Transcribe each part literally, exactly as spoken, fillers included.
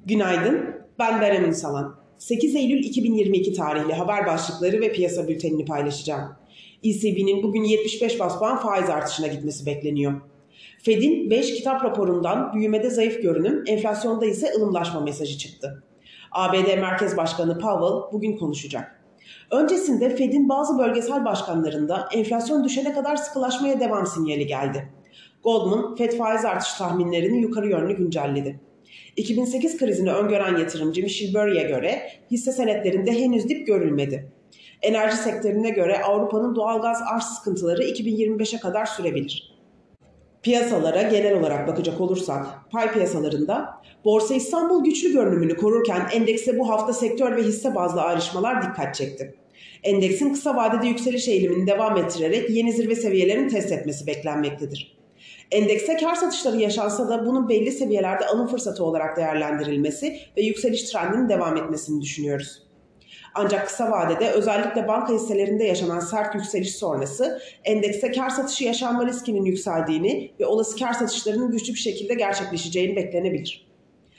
Günaydın, ben Berem Ünsalan. sekiz Eylül iki bin yirmi iki tarihli haber başlıkları ve piyasa bültenini paylaşacağım. E C B'nin bugün yetmiş beş bas puan faiz artışına gitmesi bekleniyor. Fed'in beş kitap raporundan büyümede zayıf görünüm, enflasyonda ise ılımlaşma mesajı çıktı. A B D Merkez Başkanı Powell bugün konuşacak. Öncesinde Fed'in bazı bölgesel başkanlarında enflasyon düşene kadar sıkılaşmaya devam sinyali geldi. Goldman, Fed faiz artış tahminlerini yukarı yönlü güncelledi. iki bin sekiz krizini öngören yatırımcı Michelle Burry'e göre hisse senetlerinde henüz dip görülmedi. Enerji sektörüne göre Avrupa'nın doğalgaz arz sıkıntıları iki bin yirmi beşe kadar sürebilir. Piyasalara genel olarak bakacak olursak, pay piyasalarında Borsa İstanbul güçlü görünümünü korurken endekste bu hafta sektör ve hisse bazlı ayrışmalar dikkat çekti. Endeksin kısa vadede yükseliş eğilimini devam ettirerek yeni zirve seviyelerini test etmesi beklenmektedir. Endekste kar satışları yaşansa da bunun belli seviyelerde alım fırsatı olarak değerlendirilmesi ve yükseliş trendinin devam etmesini düşünüyoruz. Ancak kısa vadede özellikle banka hisselerinde yaşanan sert yükseliş sonrası endekste kar satışı yaşanma riskinin yükseldiğini ve olası kar satışlarının güçlü bir şekilde gerçekleşeceğini beklenebilir.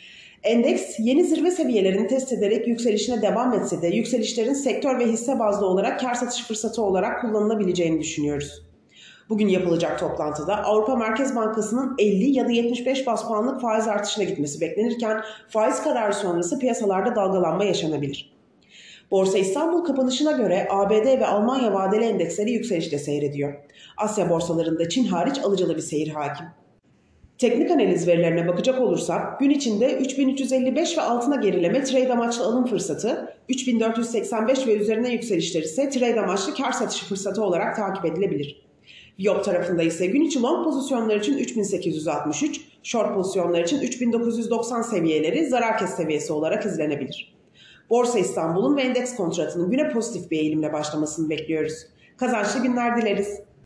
Endeks yeni zirve seviyelerini test ederek yükselişine devam etse de yükselişlerin sektör ve hisse bazlı olarak kar satış fırsatı olarak kullanılabileceğini düşünüyoruz. Bugün yapılacak toplantıda Avrupa Merkez Bankası'nın elli ya da yetmiş beş bas puanlık faiz artışına gitmesi beklenirken faiz kararı sonrası piyasalarda dalgalanma yaşanabilir. Borsa İstanbul kapanışına göre A B D ve Almanya vadeli endeksleri yükselişte seyrediyor. Asya borsalarında Çin hariç alıcılı bir seyir hakim. Teknik analiz verilerine bakacak olursak gün içinde üç bin üç yüz elli beş ve altına gerileme trade amaçlı alım fırsatı, üç bin dört yüz seksen beş ve üzerine yükselişler ise trade amaçlı kar satışı fırsatı olarak takip edilebilir. Viyop tarafında ise gün içi long pozisyonlar için üç bin sekiz yüz altmış üç, short pozisyonlar için üç bin dokuz yüz doksan seviyeleri zarar kes seviyesi olarak izlenebilir. Borsa İstanbul'un ve endeks kontratının güne pozitif bir eğilimle başlamasını bekliyoruz. Kazançlı günler dileriz.